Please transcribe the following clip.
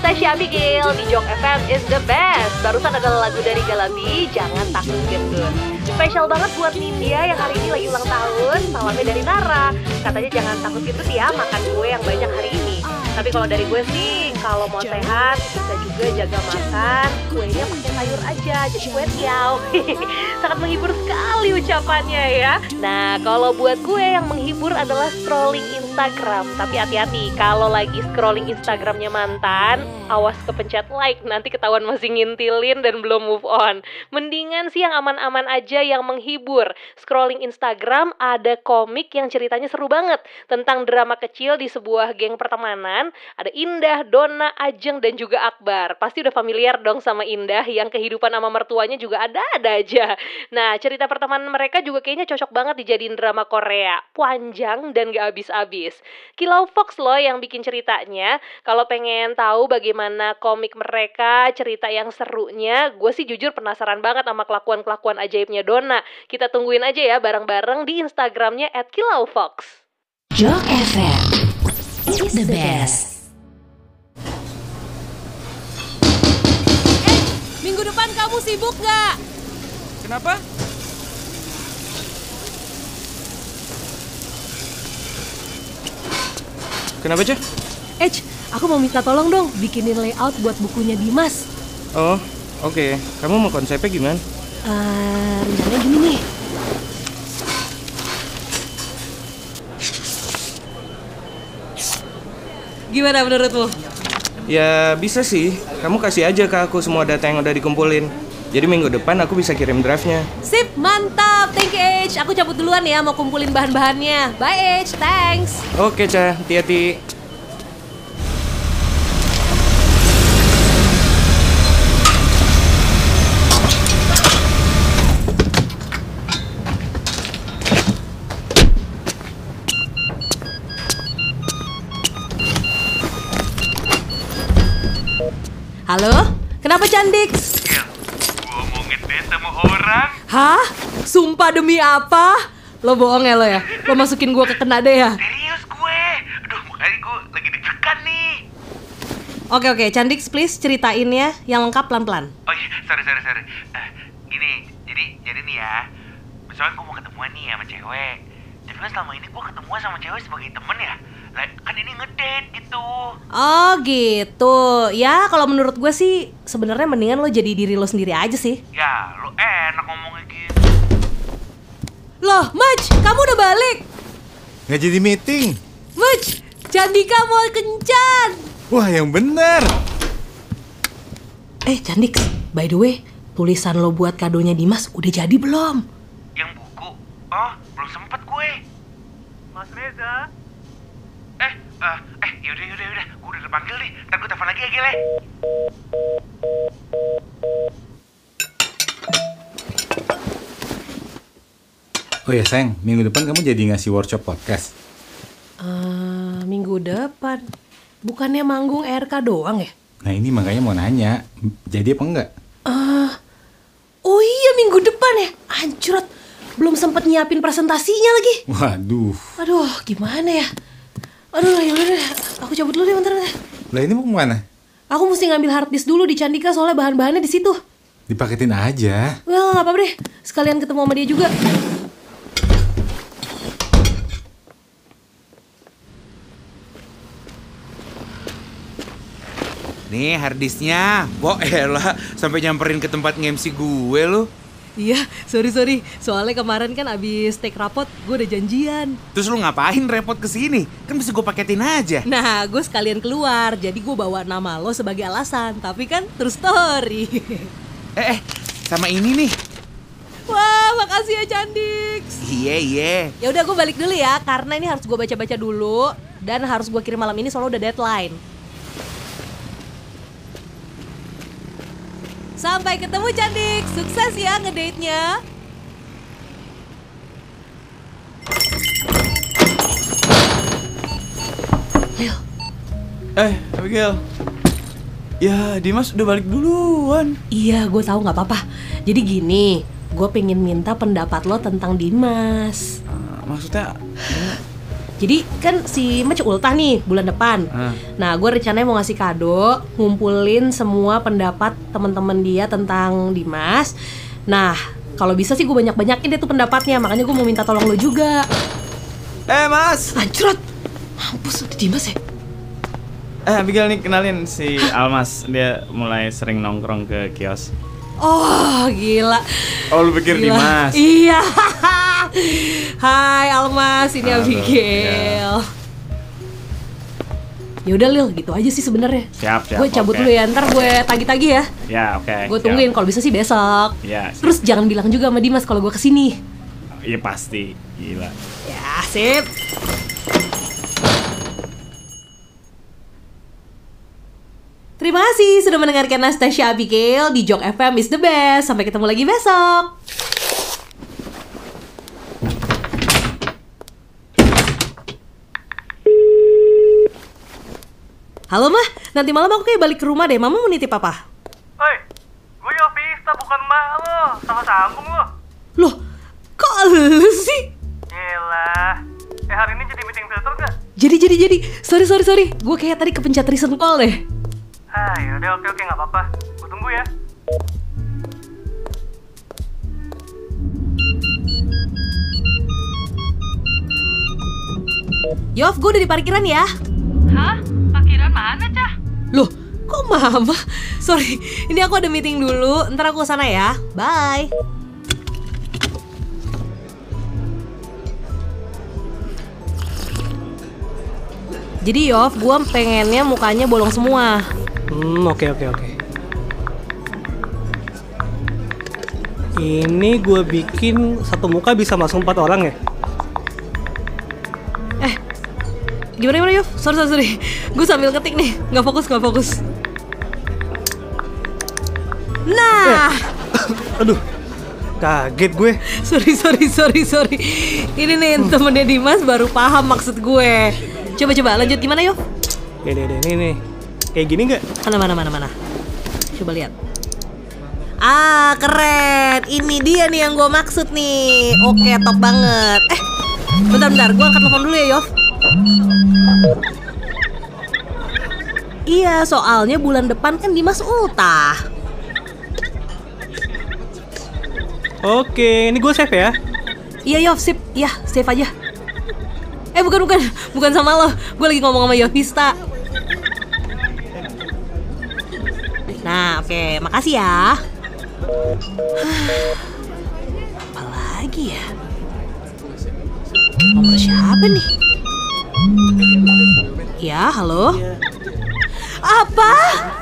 Tasya Abigail di Jok FM is the best. Barusan adalah lagu dari Galabi, Jangan Takut Gendut. Spesial banget buat Nindya yang hari ini lagi ulang tahun. Salamnya dari Nara. Katanya jangan takut gendut ya, makan kue yang banyak hari ini. Tapi kalau dari gue sih, kalau mau sehat bisa juga jaga makan. Kuenya pakai sayur aja, jadi kue tiaw. Sangat menghibur sekali ucapannya ya. Nah, kalau buat gue yang menghibur adalah scrolling Instagram. Tapi hati-hati, kalau lagi scrolling Instagramnya mantan, awas kepencet like, nanti ketahuan masih ngintilin dan belum move on. Mendingan sih yang aman-aman aja yang menghibur. Scrolling Instagram ada komik yang ceritanya seru banget tentang drama kecil di sebuah geng pertemanan. Ada Indah, Donna, Ajeng, dan juga Akbar. Pasti udah familiar dong sama Indah yang kehidupan sama mertuanya juga ada-ada aja. Nah, cerita pertemanan mereka juga kayaknya cocok banget dijadiin drama Korea. Panjang dan gak habis-habis. Kilau Fox loh yang bikin ceritanya. Kalau pengen tahu bagaimana komik mereka, cerita yang serunya, gue sih jujur penasaran banget sama kelakuan-kelakuan ajaibnya Donna. Kita tungguin aja ya bareng-bareng di Instagramnya @kilaufox. Jok FM is the best. Minggu depan kamu sibuk nggak? Kenapa? Kenapa, Cah? Aku mau minta tolong dong bikinin layout buat bukunya Dimas. Oh, oke. Kamu mau konsepnya gimana? Rencananya gini nih. Gimana menurutmu? Ya, bisa sih. Kamu kasih aja ke aku semua data yang udah dikumpulin. Jadi minggu depan aku bisa kirim draftnya. Sip, mantap. Thank you, H. Aku cabut duluan ya, mau kumpulin bahan-bahannya. Bye, H. Thanks. Oke, Cah. Hati-hati. Halo? Kenapa, Candik? Gua mau ngedate sama orang. Hah? Sumpah demi apa? Lo bohong ya lo ya? Lo masukin gue ke kena deh ya? Serius gue. Aduh, makanya gue lagi deg-degan nih. Oke, Candik please ceritain ya yang lengkap pelan-pelan. Oh iya, sorry. Gini, jadi nih ya. Misalnya gue mau ketemuan nih sama cewek. Tapi kan selama ini gue ketemu sama cewek sebagai temen ya. Lah, kan ini ngedate gitu. Oh gitu. Ya kalau menurut gue sih sebenarnya mendingan lo jadi diri lo sendiri aja sih. Ya, lo enak ngomongnya gitu. Loh, Maj, kamu udah balik? Nggak jadi meeting. Maj, Candika mau kencan. Wah, yang bener. Candik, by the way, tulisan lo buat kadonya Dimas udah jadi belum? Yang buku? Oh, belum sempet gue. Mas Reza? Yaudah, gue udah dipanggil nih. Ntar gue telepon lagi ya, Gile. Oh ya, sayang, minggu depan kamu jadi ngasih workshop podcast. Minggu depan. Bukannya manggung RK doang ya? Nah, ini makanya mau nanya, jadi apa enggak? Oh iya minggu depan ya? Anjrot, belum sempet nyiapin presentasinya lagi. Waduh. Aduh, gimana ya? Aduh, yaudah, aku cabut dulu deh bentar deh. Lah ini mau kemana? Aku mesti ngambil hard disk dulu di Candika soalnya bahan-bahannya di situ. Dipaketin aja. Nggak apa-apa deh, sekalian ketemu sama dia juga. Nih harddisknya, elah sampai nyamperin ke tempat nge-MC gue lu. Iya, sorry. Soalnya kemarin kan abis take rapot, gue udah janjian. Terus lu ngapain repot kesini? Kan bisa gue paketin aja. Nah, gue sekalian keluar, jadi gue bawa nama lo sebagai alasan. Tapi kan true story. Sama ini nih. Wah, makasih ya Candik. Iya. Ya udah gue balik dulu ya, karena ini harus gue baca-baca dulu dan harus gue kirim malam ini soalnya udah deadline. Sampai ketemu Candik, sukses ya ngedate-nya. Lil. Abigail. Ya, Dimas udah balik duluan. Iya, gue tahu nggak apa-apa. Jadi gini, gue pengen minta pendapat lo tentang Dimas. Maksudnya? Jadi kan si Mece ultah nih bulan depan. Nah, gue rencananya mau ngasih kado, ngumpulin semua pendapat teman-teman dia tentang Dimas. Nah, kalau bisa sih gue banyak-banyakin deh tuh pendapatnya. Makanya gue mau minta tolong lo juga. Mas! Anjrot! Mampus udah Dimas ya? Abigail nih, kenalin si Almas. Dia mulai sering nongkrong ke kios. Oh, gila. Oh, lu pikir Gila. Dimas? Iya. Hai Almas, ini Halo, Abigail. Ya udah Lil, gitu aja sih sebenarnya. Siap. Gue cabut oke. dulu ya, ntar gue tagih-tagih ya. Ya, oke. Gue tungguin kalau bisa sih besok. Ya, siap. Terus jangan bilang juga sama Dimas kalau gue kesini. Iya pasti, gila. Ya, sip. Terima kasih sudah mendengarkan Anastasia Abigail di Jok FM is the best. Sampai ketemu lagi besok. Halo Mah, nanti malam aku kayak balik ke rumah deh. Mama mau nitip apa? Oi, gue Yovista bukan emak lo. Salah sambung lo. Loh, kok lu sih? Yelah. Hari ini jadi meeting filter gak? Jadi. Sorry. Gue kayak tadi kepencet recent call deh. Yaudah oke gak apa-apa. Gue tunggu ya. Yov, gue udah di parkiran ya. Hah? Parkiran mana, Cah? Loh, kok mama? Sorry, ini aku ada meeting dulu. Ntar aku kesana ya. Bye. Jadi Yov, gue pengennya mukanya bolong semua. Oke. Ini gue bikin satu muka bisa masuk 4 orang ya? Gimana Yov? Sorry. Gue sambil ketik nih, nggak fokus. Nah, Aduh, kaget gue. sorry. Ini nih temennya Dimas baru paham maksud gue. Coba lanjut gimana Yov? Ini. Kayak gini gak? Mana? Coba lihat. Ah, keren. Ini dia nih yang gue maksud nih. Oke, top banget. Bentar. Gue angkat telepon dulu ya, Yov. Iya, soalnya bulan depan kan Dimas ultah. Oke, ini gue save ya. Iya, Yov, sip. Ya, save aja. Bukan sama lo. Gue lagi ngomong sama Yovista. Nah, oke, makasih ya. Apalagi ya? Nomor siapa nih? Ya, halo? Apa?